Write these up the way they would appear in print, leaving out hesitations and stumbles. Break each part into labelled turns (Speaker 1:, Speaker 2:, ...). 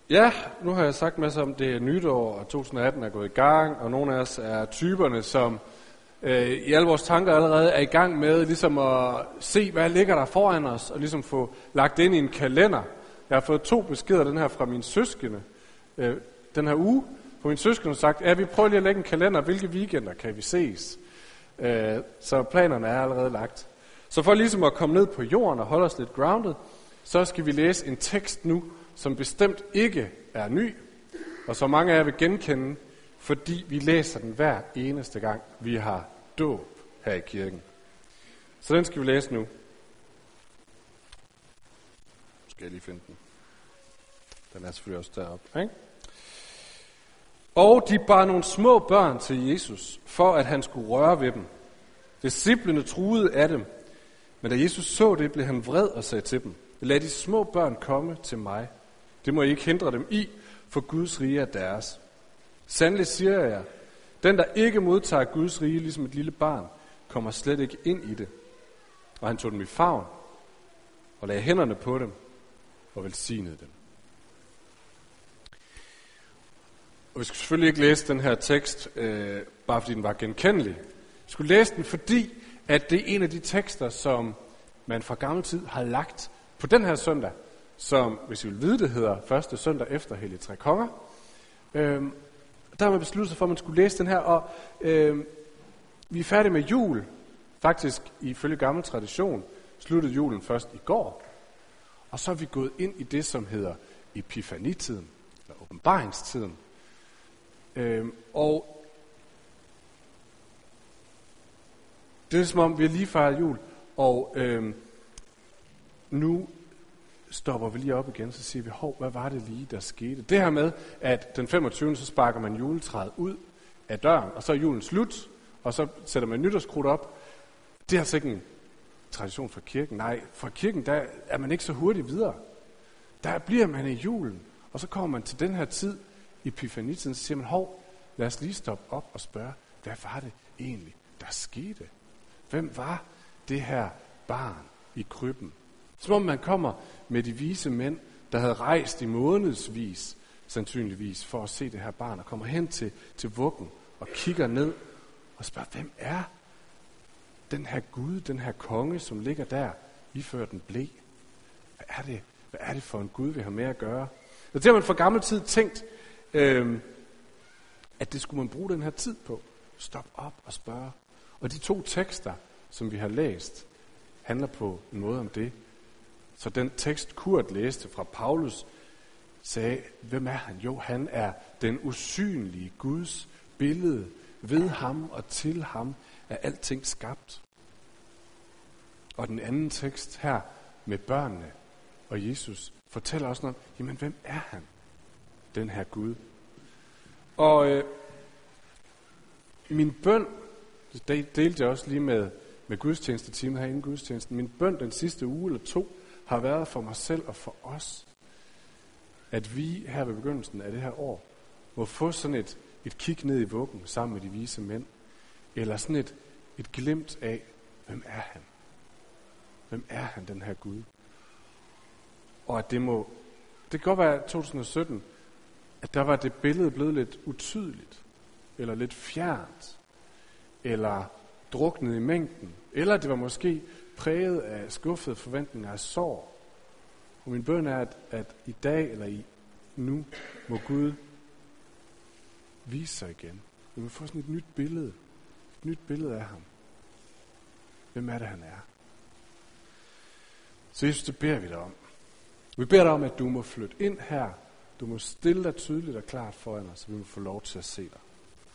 Speaker 1: Ja, nu har jeg sagt masser om, det er nytår, og 2018 er gået i gang, og nogle af os er typerne, som i alle vores tanker allerede er i gang med ligesom at se, hvad ligger der foran os, og ligesom få lagt ind i en kalender. Jeg har fået 2 beskeder, den her fra mine søskende, den her uge, hvor mine søskende har sagt, ja, vi prøver lige at lægge en kalender, hvilke weekender kan vi ses? Så planerne er allerede lagt. Så for ligesom at komme ned på jorden og holde os lidt grounded, så skal vi læse en tekst nu, som bestemt ikke er ny, og som mange af jer vil genkende, fordi vi læser den hver eneste gang, vi har dåb her i kirken. Så den skal vi læse nu. Nu skal jeg lige finde den. Den er selvfølgelig også deroppe, ikke? Og de bar nogle små børn til Jesus, for at han skulle røre ved dem. Disciplene truede af dem, men da Jesus så det, blev han vred og sagde til dem, lad de små børn komme til mig. Det må I ikke hindre dem i, for Guds rige er deres. Sandelig siger jeg jer, den der ikke modtager Guds rige ligesom et lille barn, kommer slet ikke ind i det. Og han tog dem i favn, og lagde hænderne på dem, og velsignede dem. Og vi skulle selvfølgelig ikke læse den her tekst, bare fordi den var genkendelig. Vi skulle læse den, fordi at det er en af de tekster, som man fra gammel tid har lagt på den her søndag, som, hvis I vil vide, det hedder første søndag efter Hellige Tre Konger. Der har man besluttet sig for, at man skulle læse den her, og vi er færdige med jul. Faktisk, ifølge gammel tradition, sluttede julen først i går. Og så er vi gået ind i det, som hedder epifanitiden, eller åbenbaringstiden. Og det er som om, vi har lige fejret jul, og nu stopper vi lige op igen, så siger vi, hvad var det lige, der skete? Det her med, at den 25. så sparker man juletræet ud af døren, og så er julen slut, og så sætter man nytårskrudt op. Det er altså ikke en tradition fra kirken. Nej, fra kirken, der er man ikke så hurtigt videre. Der bliver man i julen, og så kommer man til den her tid, epifanitiden, så siger man, lad os lige stoppe op og spørge, hvad var det egentlig, der skete? Hvem var det her barn i krybben? Som om man kommer med de vise mænd, der havde rejst i månedsvis, sandsynligvis, for at se det her barn, og kommer hen til vuggen og kigger ned og spørger, hvem er den her Gud, den her konge, som ligger der, iført en ble? Hvad er det for en Gud, vi har med at gøre? Og det har man fra gammel tid tænkt, at det skulle man bruge den her tid på. Stop op og spørge. Og de 2 tekster, som vi har læst, handler på en måde om det. Så den tekst, Kurt læste fra Paulus, sagde, hvem er han? Jo, han er den usynlige Guds billede. Ved ham og til ham er alting skabt. Og den anden tekst her med børnene og Jesus fortæller også noget om, jamen hvem er han? Den her Gud. Og min bøn, det delte jeg også lige med gudstjenestetimen her inden gudstjenesten, min bøn den sidste uge eller 2 har været for mig selv og for os, at vi her ved begyndelsen af det her år må få sådan et kig ned i vuggen sammen med de vise mænd, eller sådan et glimt af, hvem er han? Hvem er han, den her Gud? Og at det kan godt være 2017, at der var det billede blevet lidt utydeligt, eller lidt fjernt, eller druknet i mængden, eller det var måske præget af skuffede forventninger af sorg. Og min bøn er, at i dag eller nu må Gud vise sig igen. Vi må få sådan et nyt billede af ham. Hvem er det, han er? Så Jesus, det beder vi dig om. Vi beder dig om, at du må flytte ind her. Du må stille dig tydeligt og klart foran os, så vi må få lov til at se dig.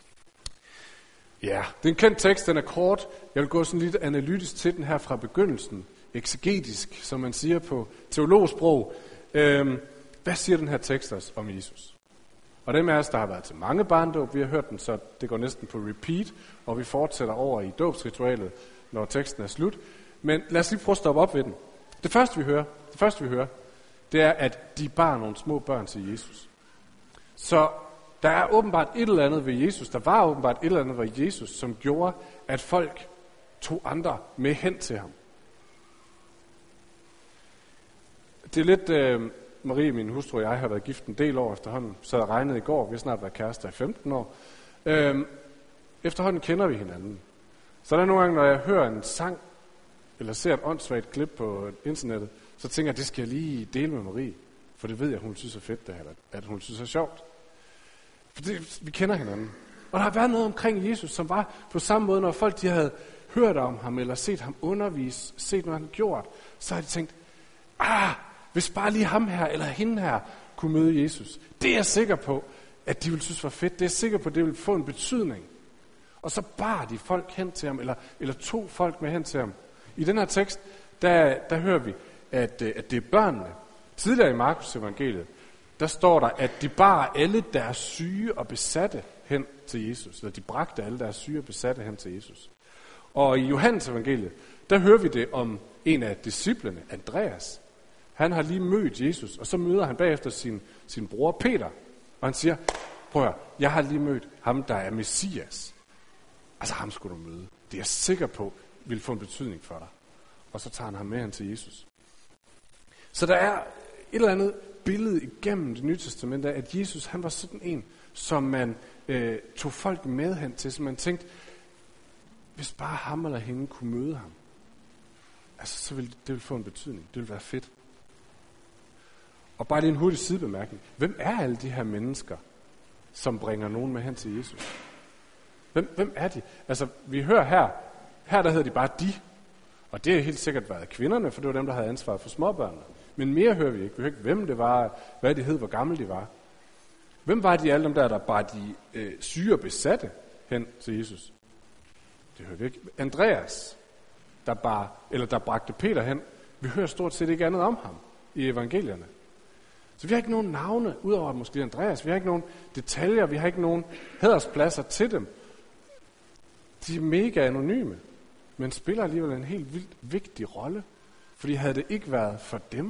Speaker 1: Ja, det er en kendt tekst, den er kort. Jeg vil gå sådan lidt analytisk til den her fra begyndelsen. Eksegetisk, som man siger på teologsprog. Hvad siger den her tekst os om Jesus? Og dem af os, der har været til mange barndåb, vi har hørt den, så det går næsten på repeat, og vi fortsætter over i dåbsritualet, når teksten er slut. Men lad os lige prøve at stoppe op ved den. Det første vi hører, det er, at de bar nogle små børn til Jesus. Så der er åbenbart et eller andet ved Jesus, som gjorde, at folk tog andre med hen til ham. Det er lidt Marie, min hustru og jeg, har været gift en del år efterhånden. Så jeg regnede i går, vi har snart været kærester i 15 år. Efterhånden kender vi hinanden. Så der er nogle gange, når jeg hører en sang, eller ser et åndssvagt klip på internettet, så tænker jeg, det skal jeg lige dele med Marie. For det ved jeg, hun synes er fedt, det her, at hun synes er sjovt. For vi kender hinanden. Og der har været noget omkring Jesus, som var på samme måde, når folk de havde hørt om ham, eller set ham undervise, set noget han gjort, så har de tænkt, hvis bare lige ham her, eller hende her, kunne møde Jesus. Det er jeg sikker på, at de ville synes var fedt. Det er jeg sikker på, at det ville få en betydning. Og så bar de folk hen til ham, eller tog folk med hen til ham. I den her tekst, der hører vi, at det er børnene. Tidligere i Markus evangeliet, der står der, at de bar alle deres syge og besatte hen til Jesus. Eller de bragte alle deres syge og besatte hen til Jesus. Og i Johannes evangeliet, der hører vi det om en af disciplene, Andreas. Han har lige mødt Jesus, og så møder han bagefter sin bror Peter. Og han siger, prøv at høre, jeg har lige mødt ham, der er Messias. Altså ham skulle du møde. Det er jeg sikker på, vil få en betydning for dig. Og så tager han ham med hen til Jesus. Så der er et eller andet billede igennem det nye testament af, at Jesus han var sådan en, som man tog folk med hen til, så man tænkte, hvis bare ham eller hende kunne møde ham, altså så ville det få en betydning. Det ville være fedt. Og bare lige en hurtig sidebemærkning. Hvem er alle de her mennesker, som bringer nogen med hen til Jesus? Hvem er de? Altså, vi hører her der hedder de bare de. Og det har helt sikkert været kvinderne, for det var dem, der havde ansvaret for småbørnene. Men mere hører vi ikke. Vi hører ikke, hvem det var, hvad de hed, hvor gamle de var. Hvem var de alle dem der bar de syge og besatte hen til Jesus? Det hører vi ikke. Andreas, der bragte Peter hen. Vi hører stort set ikke andet om ham i evangelierne. Så vi har ikke nogen navne, udover måske Andreas. Vi har ikke nogen detaljer, vi har ikke nogen hæderspladser til dem. De er mega anonyme, men spiller alligevel en helt vildt vigtig rolle. Fordi havde det ikke været for dem,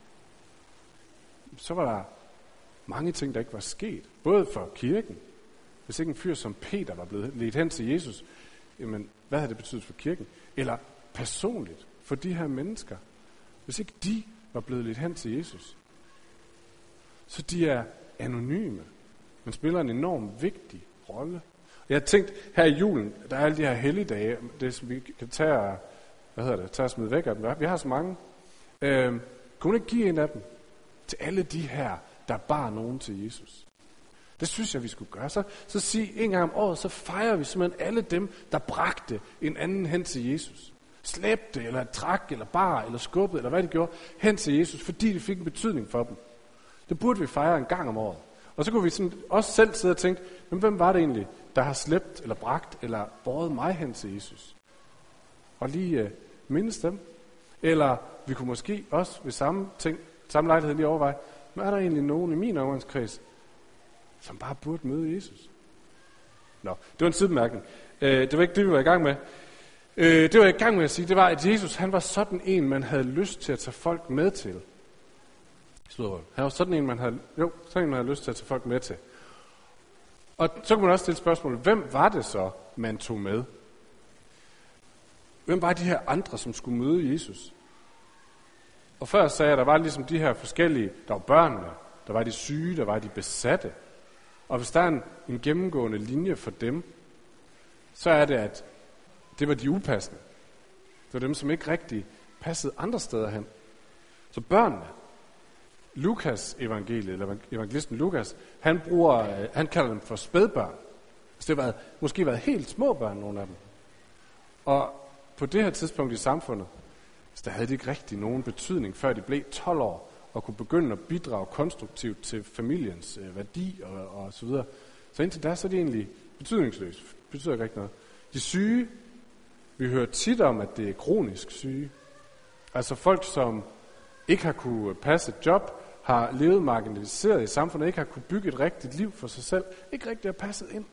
Speaker 1: så var der mange ting, der ikke var sket. Både for kirken. Hvis ikke en fyr som Peter var blevet ledt hen til Jesus, jamen, hvad havde det betydet for kirken? Eller personligt for de her mennesker. Hvis ikke de var blevet ledt hen til Jesus. Så de er anonyme, men spiller en enormt vigtig rolle. Og jeg har tænkt, her i julen, der er alle de her helligdage, det som vi kan tage og smide væk af dem. Vi har så mange. Kunne ikke give en af dem til alle de her, der bar nogen til Jesus? Det synes jeg, vi skulle gøre. Så sig en gang om året, så fejrer vi simpelthen alle dem, der bragte en anden hen til Jesus. Slæbte, eller trak, eller bar, eller skubbede, eller hvad de gjorde, hen til Jesus, fordi det fik en betydning for dem. Det burde vi fejre en gang om året. Og så kunne vi sådan også selv sidde og tænke, hvem var det egentlig, der har slæbt, eller bragt, eller båret mig hen til Jesus? Og lige mindes dem. Eller vi kunne måske også ved samme lejlighed lige overveje, men er der egentlig nogen i min omgangskreds, som bare burde møde Jesus? Nå, det var en sidebemærkning. Det var ikke det, vi var i gang med. Det var jeg i gang med at sige, det var, at Jesus han var sådan en, man havde lyst til at tage folk med til. Han var sådan en, man havde lyst til at tage folk med til. Og så kunne man også stille spørgsmålet, hvem var det så, man tog med? Hvem var de her andre, som skulle møde Jesus? Og før sagde jeg, at der var ligesom de her forskellige, der var børnene, der var de syge, der var de besatte. Og hvis der er en gennemgående linje for dem, så er det, at det var de upassende. Det var dem, som ikke rigtig passede andre steder hen. Så børnene, Lukas evangeliet, eller evangelisten Lukas, han kalder dem for spædbørn. Så det har måske været helt små børn, nogle af dem. Og på det her tidspunkt i samfundet, så der havde de ikke rigtig nogen betydning, før de blev 12 år, og kunne begynde at bidrage konstruktivt til familiens værdi og så videre. Så indtil da, så er de egentlig betydningsløse. Det betyder ikke rigtig noget. De syge, vi hører tit om, at det er kronisk syge. Altså folk, som ikke har kunne passe et job, har levet marginaliseret i samfundet, ikke har kunne bygge et rigtigt liv for sig selv, ikke rigtig har passet ind.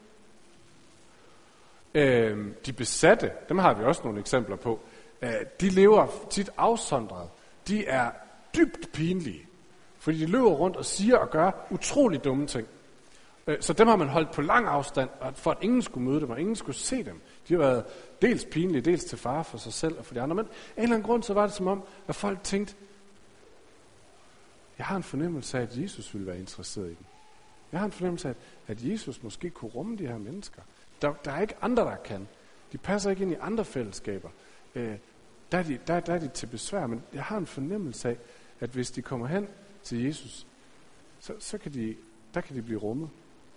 Speaker 1: De besatte, dem har vi også nogle eksempler på, de lever tit afsondret. De er dybt pinlige, fordi de løber rundt og siger og gør utrolig dumme ting. Så dem har man holdt på lang afstand, for at ingen skulle møde dem, og ingen skulle se dem. De har været dels pinlige, dels til fare for sig selv og for de andre. Men af en eller anden grund, så var det som om, at folk tænkte, Jeg har en fornemmelse af, at Jesus ville være interesseret i dem. Jeg har en fornemmelse af, at Jesus måske kunne rumme de her mennesker. Der er ikke andre, der kan. De passer ikke ind i andre fællesskaber. Der er de til besvær, men jeg har en fornemmelse af, at hvis de kommer hen til Jesus, så kan de blive rummet.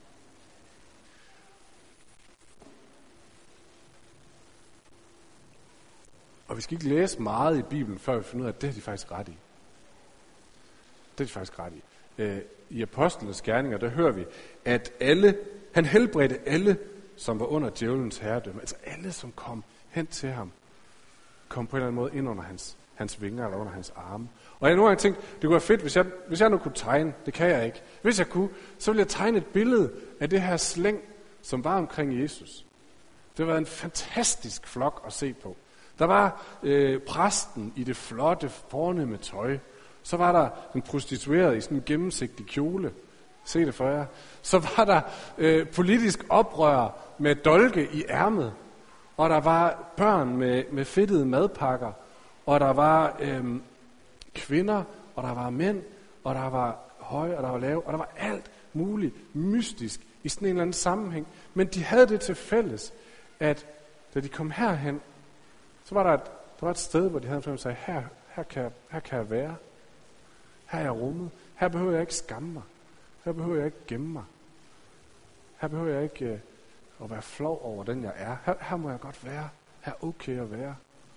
Speaker 1: Og vi skal ikke læse meget i Bibelen, før vi finder ud af, at det er de faktisk ret i. Det er de faktisk ret i. I Apostlenes Gerninger, der hører vi, at han helbredte alle, som var under djævelens herredømme. Altså alle, som kom hen til ham, kom på en eller anden måde ind under hans vinger eller under hans arme. Og jeg har nogle gange tænkt, det kunne være fedt, hvis jeg nu kunne tegne. Det kan jeg ikke. Hvis jeg kunne, så ville jeg tegne et billede af det her slæng, som var omkring Jesus. Det var en fantastisk flok at se på. Der var præsten i det flotte, fornemme tøj. Så var der en prostitueret i sådan en gennemsigtig kjole. Se det for jer. Så var der politisk oprør med dolke i ærmet. Og der var børn med fedtede madpakker. Og der var kvinder, og der var mænd, og der var høje, og der var lave, og der var alt muligt mystisk i sådan en eller anden sammenhæng. Men de havde det til fælles, at da de kom herhen, så var der var et sted, hvor de havde en fornemmelse af, her kan jeg være. Her er jeg rummet. Her behøver jeg ikke skamme mig. Her behøver jeg ikke gemme mig. Her behøver jeg ikke at være flov over den, jeg er. Her må jeg godt være. Her er okay at være.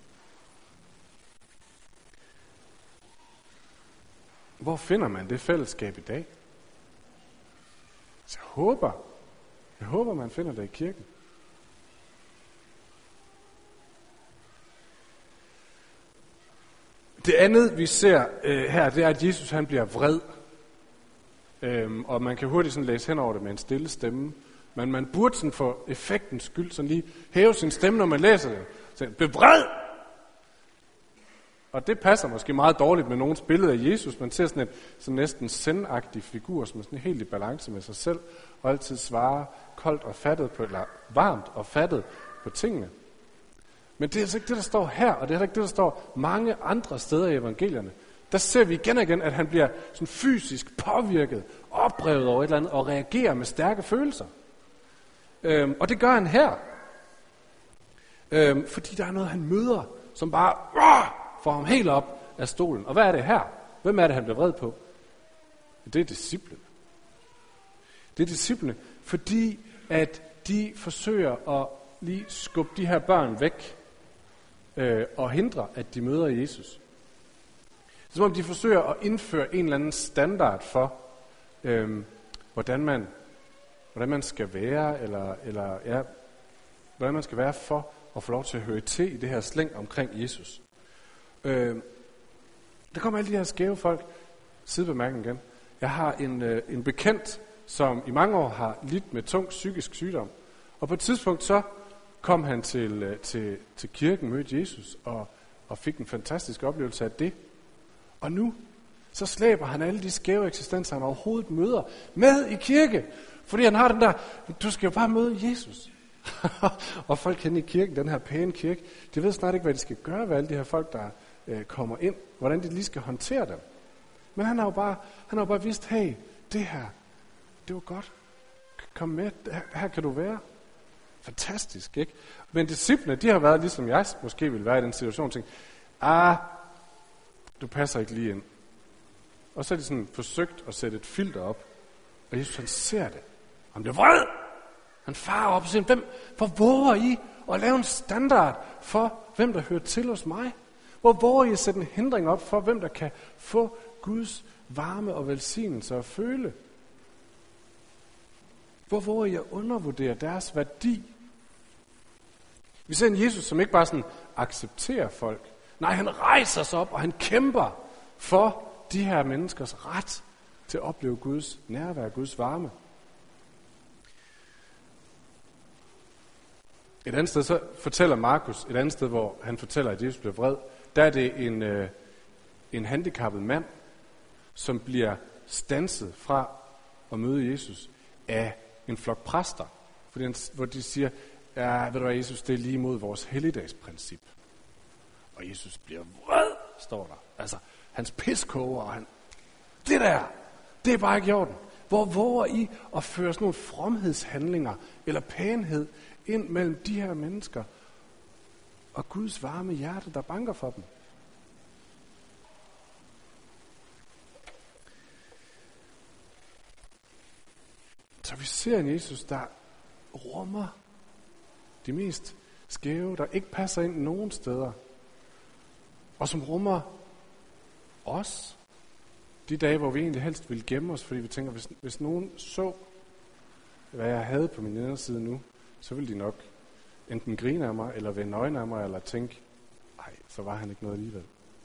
Speaker 1: Hvor finder man det fællesskab i dag? Så jeg håber, man finder det i kirken. Det andet, vi ser her, det er, at Jesus han bliver vred. Og man kan hurtigt sådan læse hen over det med en stille stemme. Men man burde sådan for effektens skyld sådan lige hæve sin stemme, når man læser det. Så bliver vred! Og det passer måske meget dårligt med nogens billede af Jesus. Man ser sådan en næsten zen-agtig figur, som er sådan helt i balance med sig selv, og altid svarer koldt og fattet på, eller varmt og fattet på tingene. Men det er altså ikke det, der står her, og det er heller ikke det, der står mange andre steder i evangelierne. Der ser vi igen og igen, at han bliver sådan fysisk påvirket, oprevet over et eller andet, og reagerer med stærke følelser. Og det gør han her. Fordi der er noget, han møder, som bare får ham helt op af stolen. Og hvad er det her? Hvem er det, han bliver vred på? Det er disciplene. Det er disciplene, fordi at de forsøger at lige skubbe de her børn væk, og hindre, at de møder Jesus. Det er som om de forsøger at indføre en eller anden standard for, hvordan man skal være, eller hvordan man skal være for at få lov til at høre til i det her slæng omkring Jesus. Der kommer alle de her skæve folk. Sidebemærkning igen. Jeg har en bekendt, som i mange år har lidt med tung psykisk sygdom. Og på et tidspunkt så kom han til kirken, mødte Jesus og fik en fantastisk oplevelse af det. Og nu så slæber han alle de skæve eksistenser, han overhovedet møder, med i kirke. Fordi han har den der, du skal jo bare møde Jesus. Og folk henne i kirken, den her pæne kirke, de ved snart ikke, hvad de skal gøre ved alle de her folk, der kommer ind. Hvordan de lige skal håndtere dem. Men han har jo bare vidst, hey, det her, det var godt. Kom med, her kan du være. Fantastisk, ikke? Men disciplene, de har været ligesom jeg måske ville være i den situation, og tænkt, du passer ikke lige ind. Og så har de sådan forsøgt at sætte et filter op, og Jesus han ser det. Han bliver vred. Han farer op og siger, hvor våger I at lave en standard for, hvem der hører til hos mig? Hvor våger I at sætte en hindring op for, hvem der kan få Guds varme og velsignelse og føle? Hvor våger I at undervurdere deres værdi? Vi ser en Jesus, som ikke bare sådan accepterer folk. Nej, han rejser sig op, og han kæmper for de her menneskers ret til at opleve Guds nærvær, Guds varme. Et andet sted, så fortæller Markus, et andet sted, hvor han fortæller, at Jesus bliver vred, der er det en handicappet mand, som bliver standset fra at møde Jesus af en flok præster. Hvor de siger, ja, ved du hvad, Jesus, det er lige imod vores helligdagsprincip. Og Jesus bliver vred, står der. Altså, hans piskoger, og Det er bare ikke i orden. Hvor våger I at føre sådan nogle fromhedshandlinger eller pænhed ind mellem de her mennesker og Guds varme hjerte, der banker for dem? Så vi ser en Jesus, der rummer de mest skæve, der ikke passer ind nogen steder, og som rummer os. De dage, hvor vi egentlig helst ville gemme os, fordi vi tænker, hvis nogen så, hvad jeg havde på min inderside nu, så ville de nok enten grine af mig, eller vende øjne af mig, eller tænke, nej, så var han ikke noget alligevel.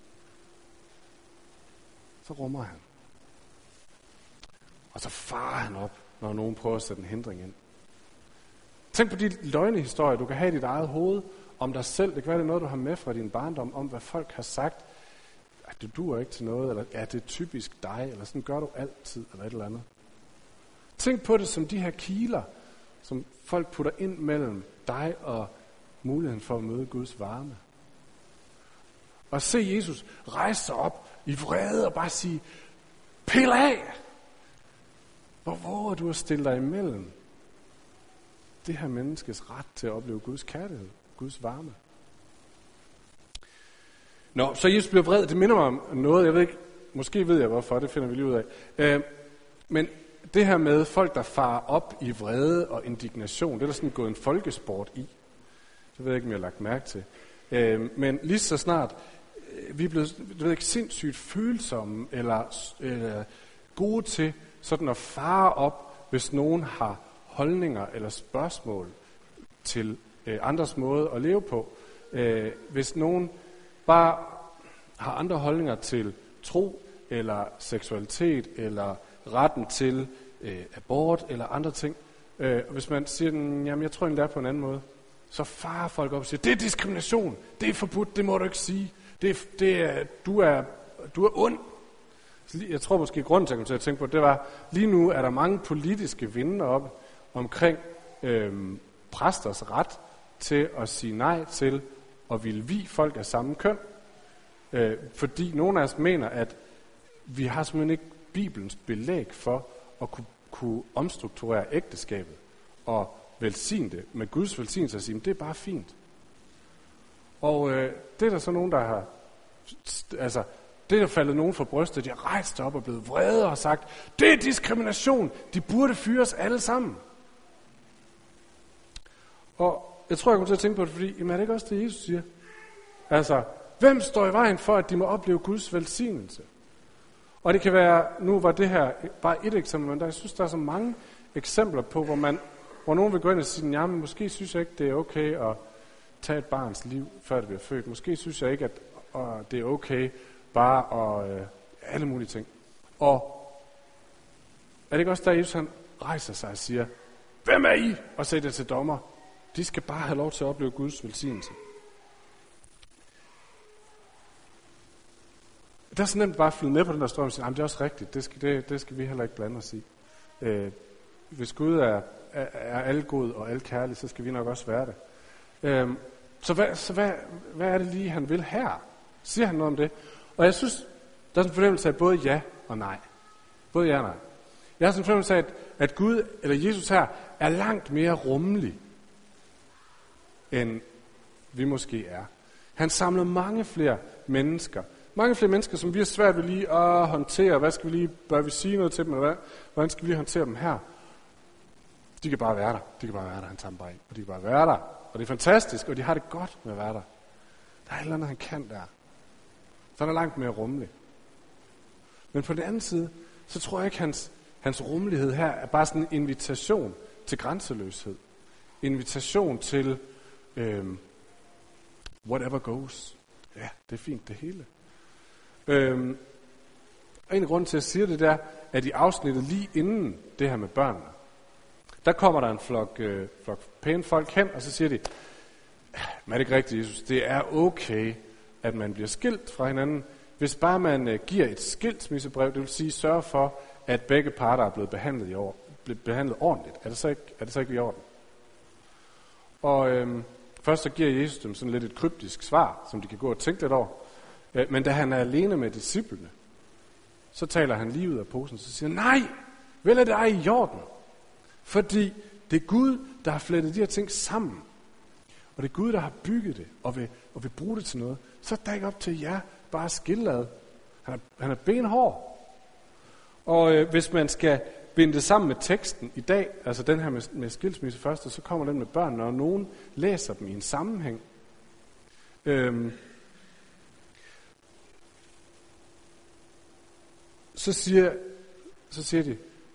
Speaker 1: Så rummer han. Og så farer han op, når nogen prøver at sætte en hindring ind. Tænk på de løgnehistorier, du kan have i dit eget hoved om dig selv. Det kan være, det er noget, du har med fra din barndom, om hvad folk har sagt. At du duer ikke til noget, eller ja, det er typisk dig, eller sådan gør du altid, eller et eller andet. Tænk på det som de her kiler, som folk putter ind mellem dig og muligheden for at møde Guds varme. Og se Jesus rejse sig op i vrede og bare sige, pil af! Hvor våger du at stille dig imellem det her menneskes ret til at opleve Guds kærlighed, Guds varme? Nå, så Jesus bliver vred. Det minder mig om noget, jeg ved ikke, måske ved jeg hvorfor, det finder vi lige ud af. Men det her med folk, der farer op i vrede og indignation, det er der sådan gået en folkesport i. Det ved jeg ikke, om jeg har lagt mærke til. Men lige så snart vi er blevet sindssygt følsomme eller gode til sådan at fare op, hvis nogen har holdninger eller spørgsmål til andres måde at leve på. Hvis nogen bare har andre holdninger til tro, eller seksualitet, eller retten til abort, eller andre ting. Hvis man siger, jamen jeg tror egentlig, det er på en anden måde, så farer folk op og siger, det er diskrimination, det er forbudt, det må du ikke sige, du er ond. Jeg tror måske, grunden til, at jeg kom til at tænke på, det var, lige nu er der mange politiske vinde op omkring præsters ret til at sige nej til at ville vie folk af samme køn. Fordi nogle af os mener, at vi har simpelthen ikke Bibelens belæg for at kunne omstrukturere ægteskabet og velsigne det med Guds velsignelse og sige, det er bare fint. Og det er der så nogen, der har, altså det er der faldet nogen for brystet, de har rejst op og blevet vrede og sagt, det er diskrimination, de burde fyres alle sammen. Og jeg tror, jeg kommer til at tænke på det, fordi, jamen er det ikke også det, Jesus siger? Altså, hvem står i vejen for, at de må opleve Guds velsignelse? Og det kan være, nu var det her bare et eksempel, men jeg synes, der er så mange eksempler på, hvor nogen vil gå ind og sige, jamen måske synes jeg ikke, det er okay at tage et barns liv, før det bliver født. Måske synes jeg ikke, at det er okay bare at alle mulige ting. Og er det ikke også der, Jesus han rejser sig og siger, hvem er I? Og sætter det til dommer. De skal bare have lov til at opleve Guds velsignelse. Der er så nemt bare at flyde med på den der story og sige, det er også rigtigt, det skal vi heller ikke blande os i. Hvis Gud er algod og alkærlig, så skal vi nok også være det. Så hvad er det lige, han vil her? Siger han noget om det? Og jeg synes, der er sådan en fornemmelse af både ja og nej. Både ja og nej. Jeg har sådan en fornemmelse af, at Gud, eller Jesus her, er langt mere rummelig, end vi måske er. Han samler mange flere mennesker. Mange flere mennesker, som vi har svært ved lige at håndtere. Bør vi sige noget til dem, eller hvordan skal vi lige håndtere dem her? De kan bare være der. Han tager dem bare ind. Og de kan bare være der. Og det er fantastisk, og de har det godt med at være der. Der er et eller andet, han kan der. Så han er langt mere rummelig. Men på den anden side, så tror jeg ikke, hans rummelighed her er bare sådan en invitation til grænseløshed. Invitation til whatever goes. Ja, det er fint, det hele. Og en grund til, at jeg siger det der, at i afsnittet lige inden det her med børnene, der kommer der en flok pæne folk hen, og så siger de, men er det ikke rigtigt, Jesus? Det er okay, at man bliver skilt fra hinanden, hvis bare man giver et skilsmissebrev, det vil sige sørge for, at begge parter er blevet behandlet ordentligt. Er det så ikke i orden? Og først så giver Jesus dem sådan lidt et kryptisk svar, som de kan gå og tænke lidt over. Men da han er alene med disciplene, så taler han lige ud af posen, så siger han, nej, vel er det ej i orden. Fordi det er Gud, der har flettet de her ting sammen. Og det er Gud, der har bygget det, og vil bruge det til noget. Så er det ikke op til jer, bare skillad. Han er benhård. Og hvis man skal binde det sammen med teksten i dag, altså den her med skilsmisse først, så kommer den med børnene, og nogen læser dem i en sammenhæng. Så siger de,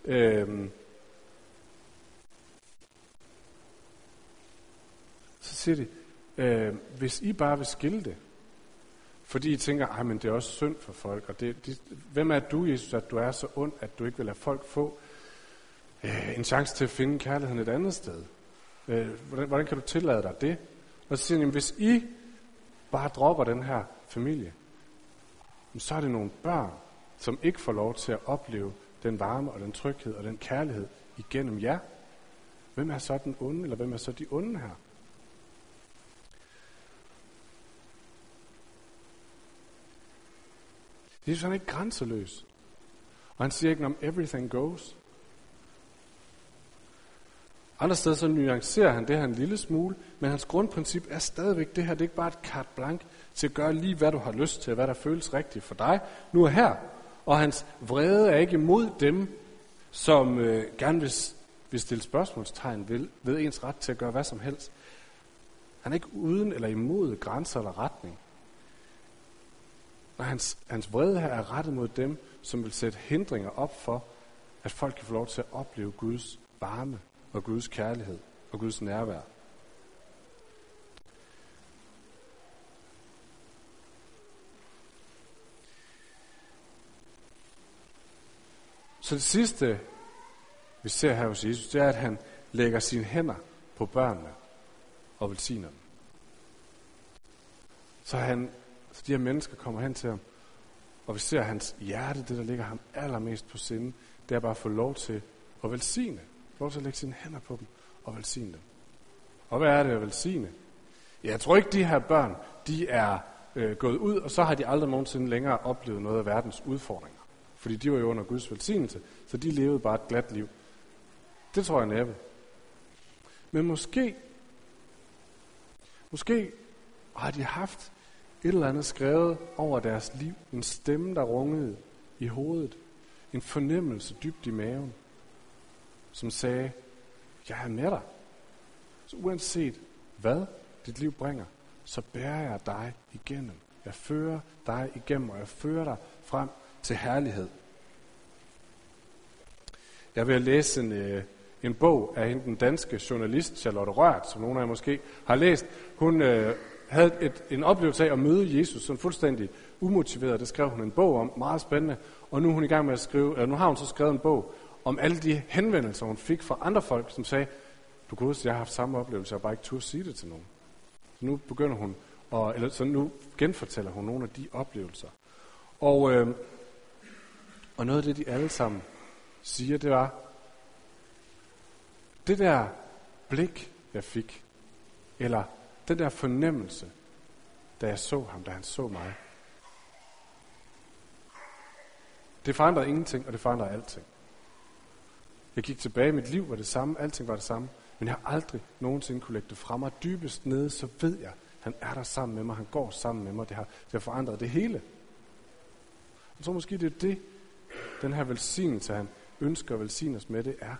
Speaker 1: hvis I bare vil skille det, fordi I tænker, men det er også synd for folk, og hvem er du, Jesus, at du er så ond, at du ikke vil lade folk få en chance til at finde kærligheden et andet sted? Hvordan kan du tillade dig det? Og så siger han, hvis I bare dropper den her familie, så er det nogle børn, som ikke får lov til at opleve den varme og den tryghed og den kærlighed igennem jer. Hvem er så den onde, eller hvem er så de onde her? Jesus er ikke grænseløs. Og han siger ikke, om everything goes. Andre steder så nuancerer han det her en lille smule, men hans grundprincip er stadigvæk det her. Det er ikke bare et carte blanche til at gøre lige, hvad du har lyst til, og hvad der føles rigtigt for dig nu og her. Og hans vrede er ikke imod dem, som gerne vil stille spørgsmålstegn ved ens ret til at gøre hvad som helst. Han er ikke uden eller imod grænser eller retning. Og hans vrede her er rettet mod dem, som vil sætte hindringer op for, at folk kan få lov til at opleve Guds varme og Guds kærlighed og Guds nærvær. Så det sidste, vi ser her hos Jesus, det er, at han lægger sine hænder på børnene og velsigner dem. Så de her mennesker kommer hen til ham, og vi ser hans hjerte, det der ligger ham allermest på sinde, det er bare at få lov til at velsigne. Lov til at lægge sine hænder på dem og velsigne dem. Og hvad er det at velsigne? Ja, jeg tror ikke, de her børn, de er gået ud, og så har de aldrig nogensinde længere oplevet noget af verdens udfordringer. Fordi de var jo under Guds velsignelse, så de levede bare et glat liv. Det tror jeg næppe. Men måske har de haft et eller andet skrevet over deres liv. En stemme, der rungede i hovedet. En fornemmelse dybt i maven, som sagde, jeg er med dig. Så uanset hvad dit liv bringer, så bærer jeg dig igennem. Jeg fører dig igennem, og jeg fører dig frem til herlighed. Jeg vil læse en bog af den danske journalist Charlotte Rørt, som nogle af jer måske har læst. Hun havde en oplevelse af at møde Jesus sådan fuldstændig umotiveret. Det skrev hun en bog om, meget spændende. Og nu er hun i gang med at skrive, nu har hun så skrevet en bog om alle de henvendelser, hun fik fra andre folk, som sagde, du Gud, jeg har haft samme oplevelse, jeg har bare ikke turde sige det til nogen. Så nu begynder hun, nu genfortæller hun nogle af de oplevelser. Og noget af det, de alle sammen siger, det var, det der blik, jeg fik, eller den der fornemmelse, da jeg så ham, da han så mig, det forandrede ingenting, og det forandrede alting. Jeg gik tilbage, mit liv var det samme, alting var det samme, men jeg har aldrig nogensinde kunne lægge det fra mig. Dybest nede, så ved jeg, han er der sammen med mig, han går sammen med mig, det har forandret det hele. Jeg tror måske, det er det, den her velsignelse, han ønsker at velsigne os med, det er.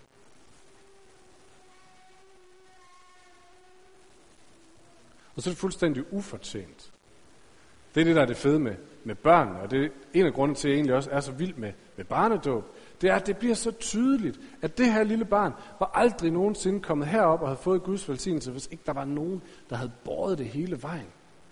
Speaker 1: Og så er det fuldstændig ufortjent. Det er det, der er det fede med børnene, og det er en af grundene til, at jeg egentlig også er så vild med barnedåb. Det er, at det bliver så tydeligt, at det her lille barn var aldrig nogensinde kommet herop og havde fået Guds velsignelse, hvis ikke der var nogen, der havde båret det hele vejen.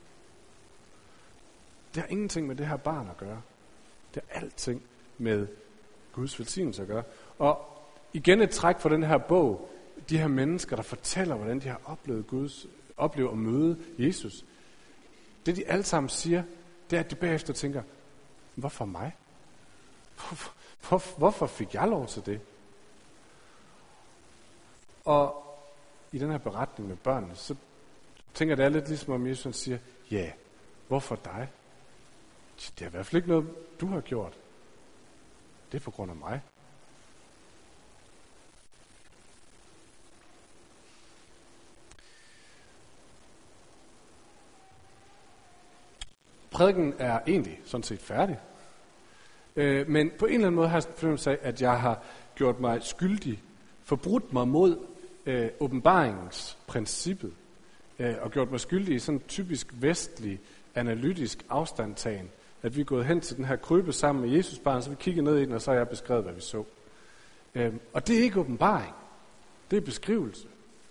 Speaker 1: Det har ingenting med det her barn at gøre. Det har alting med Guds velsignelse at gøre. Og igen et træk for den her bog, de her mennesker, der fortæller, hvordan de har oplevet at møde Jesus. Det de alle sammen siger, det er, at de bagefter tænker, hvorfor mig? Hvorfor fik jeg lov til det? Og i den her beretning med børnene, så tænker jeg, det er lidt ligesom om Jesus siger, ja, hvorfor dig? Det er i hvert fald ikke noget, du har gjort. det er på grund af mig. Prædiken er egentlig sådan set færdig. Men på en eller anden måde har jeg fornemmelse af, at jeg har gjort mig skyldig, forbrudt mig mod åbenbaringsprincippet, og gjort mig skyldig i sådan en typisk vestlig, analytisk afstandtagen, at vi er gået hen til den her krybe sammen med Jesus barn, så vi kigger ned i den, og så har jeg beskrevet, hvad vi så. Og det er ikke åbenbaring. Det er beskrivelse.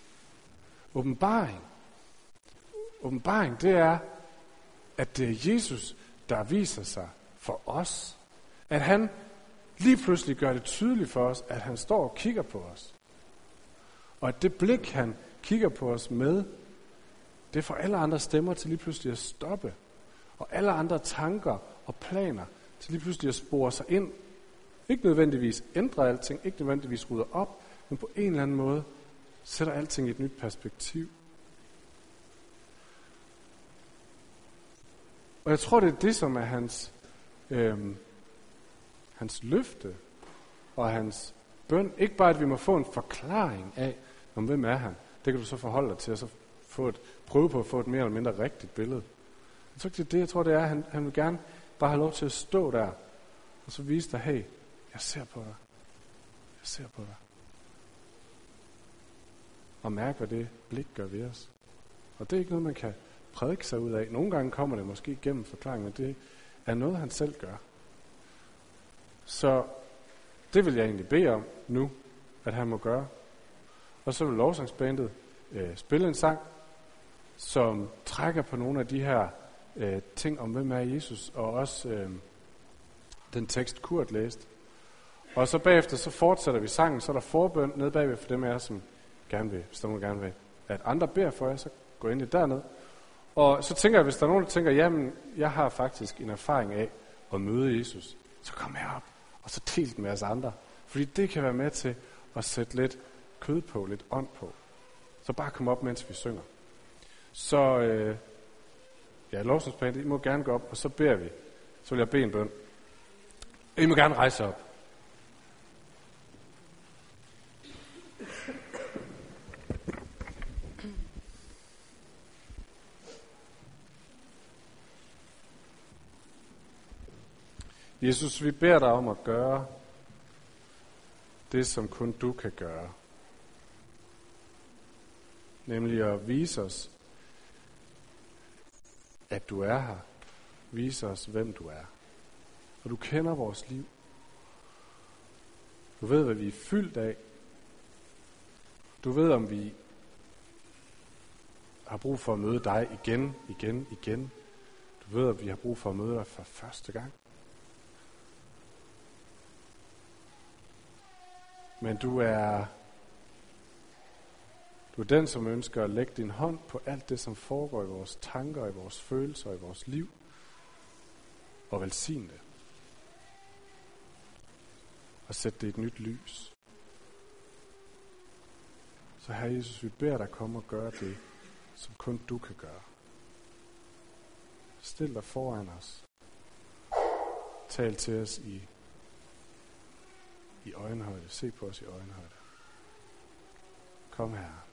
Speaker 1: Åbenbaring, det er, at det er Jesus, der viser sig for os. At han lige pludselig gør det tydeligt for os, at han står og kigger på os. Og at det blik, han kigger på os med, det får alle andre stemmer til lige pludselig at stoppe. Og alle andre tanker og planer til lige pludselig at spore sig ind. Ikke nødvendigvis ændre alting, ikke nødvendigvis rydder op, men på en eller anden måde sætter alting i et nyt perspektiv. Og jeg tror, det er det, som er hans løfte og hans bøn. Ikke bare, at vi må få en forklaring af, om hvem er han. Det kan du så forholde dig til, og så prøve på at få et mere eller mindre rigtigt billede. Jeg tror ikke, det er det. Jeg tror, det er, at han vil gerne bare have lov til at stå der, og så vise dig, hey, jeg ser på dig. Jeg ser på dig. Og mærke, hvad det blik gør ved os. Og det er ikke noget, man kan prædike sig ud af. Nogle gange kommer det måske gennem forklaring, men det er noget, han selv gør. Så det vil jeg egentlig bede om nu, at han må gøre. Og så vil lovsangsbandet spille en sang, som trækker på nogle af de her ting om, hvem er Jesus, og også den tekst, Kurt læste. Og så bagefter, så fortsætter vi sangen, så er der forbøn nede bagved for dem af jer, som gerne vil, at andre beder for jer, så gå ind i derned. Og så tænker jeg, hvis der er nogen, der tænker, jamen, jeg har faktisk en erfaring af at møde Jesus, så kom herop, og så del den med os andre. Fordi det kan være med til at sætte lidt kød på, lidt ånd på. Så bare kom op, mens vi synger. Så lovsangsbandet, I må gerne gå op, og så beder vi. Så vil jeg bede en bøn. I må gerne rejse op. Jesus, vi beder dig om at gøre det, som kun du kan gøre. Nemlig at vise os, at du er her. Vise os, hvem du er. Og du kender vores liv. Du ved, hvad vi er fyldt af. Du ved, om vi har brug for at møde dig igen. Du ved, at vi har brug for at møde dig for første gang. Men du er den, som ønsker at lægge din hånd på alt det, som foregår i vores tanker, i vores følelser, i vores liv, og velsigne det. Og sætte det i et nyt lys. Så Herre Jesus, vi beder dig komme og gøre det, som kun du kan gøre. Stil dig foran os. Tal til os i øjenhøjde. Se på os i øjenhøjde. Kom her.